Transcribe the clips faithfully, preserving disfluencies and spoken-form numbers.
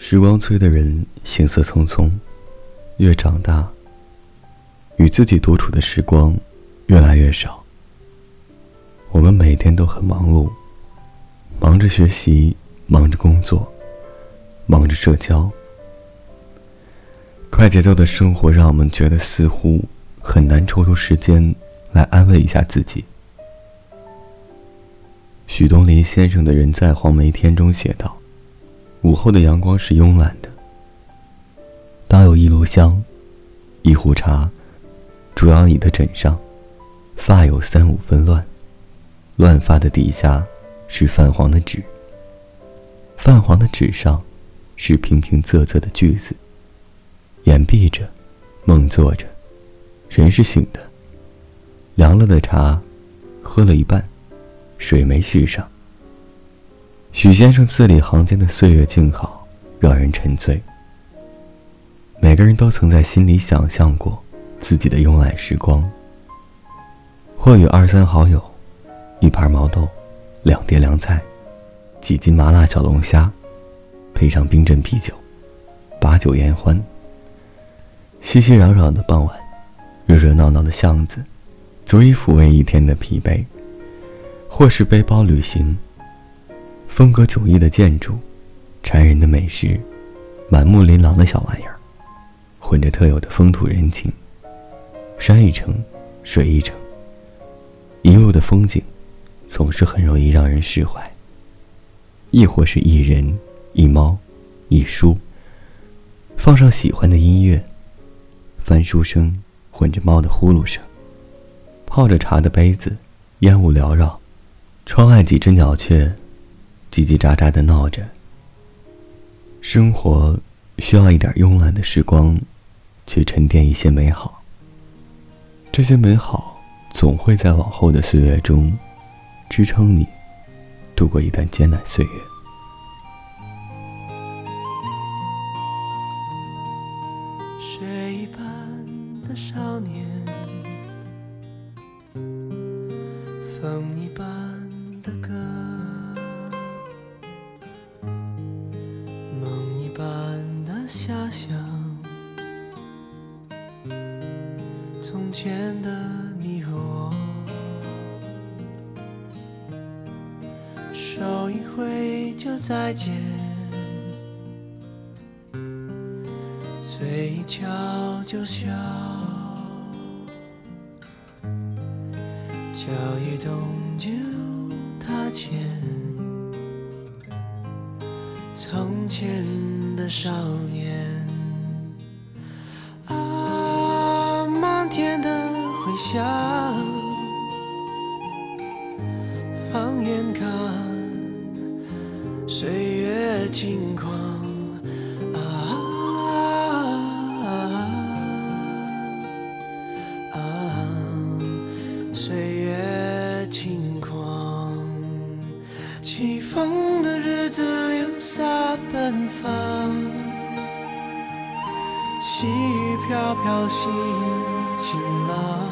时光催的人行色匆匆，越长大，与自己独处的时光越来越少。我们每天都很忙碌，忙着学习，忙着工作，忙着社交。快节奏的生活让我们觉得似乎很难抽出时间来安慰一下自己。许东林先生的《人在黄梅天》中写道，午后的阳光是慵懒的，当有一炉香，一壶茶，主要你的枕上，发有三五分乱，乱发的底下是泛黄的纸，泛黄的纸上是平平仄仄的句子。眼闭着，梦坐着，人是醒的。凉了的茶，喝了一半，水没续上。许先生字里行间的岁月静好，让人沉醉。每个人都曾在心里想象过自己的慵懒时光，或与二三好友，一盘毛豆，两碟凉菜，几斤麻辣小龙虾，配上冰镇啤酒，把酒言欢。熙熙攘攘的傍晚，热热闹闹的巷子，足以抚慰一天的疲惫。或是背包旅行，风格迥异的建筑，馋人的美食，满目琳琅的小玩意儿，混着特有的风土人情。山一程，水一程，一路的风景总是很容易让人释怀。亦或是一人一猫一书，放上喜欢的音乐，翻书声混着猫的呼噜声，泡着茶的杯子烟雾缭绕，窗外几只鸟雀叽叽喳喳地闹着。生活需要一点慵懒的时光，去沉淀一些美好。这些美好总会在往后的岁月中支撑你度过一段艰难岁月。 雪一般的少年，风一般的歌，梦一般的遐想，从前的你和我，手一挥就再见，嘴一翘就笑，脚一动就踏前，从前的少年啊，漫天的回响，放眼看岁月轻狂啊啊，岁月轻狂，起风的日子留下奔放，细雨飘飘心晴朗，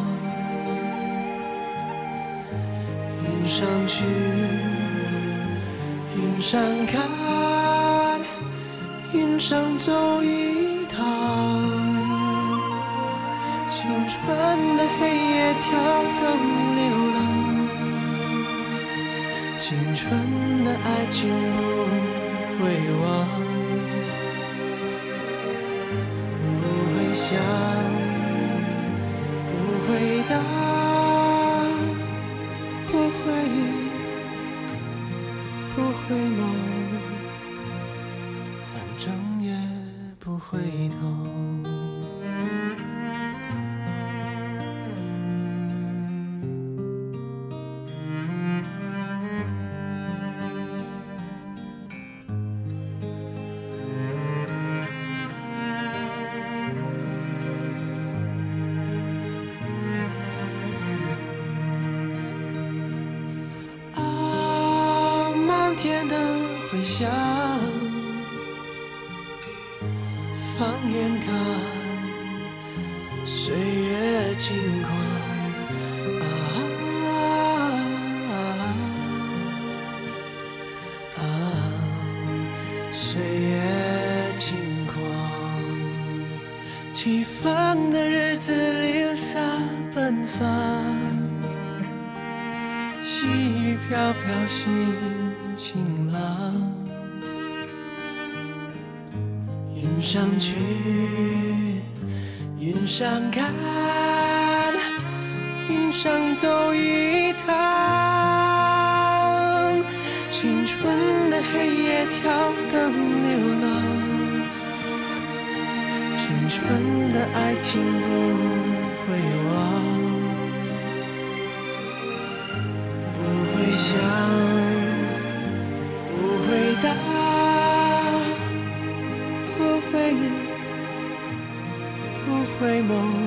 云上去云上看，云上走一趟，青春的黑夜跳灯流浪，青春的爱情不会忘，不会想，不会答，不会不会梦，反正也不回头。天的回响，放眼看岁月轻狂啊啊，岁月细雨飘飘心晴朗，云上去，云上看，云上走一趟。青春的黑夜跳灯流浪，青春的爱情不会忘，不会想，不会答，不会不会梦。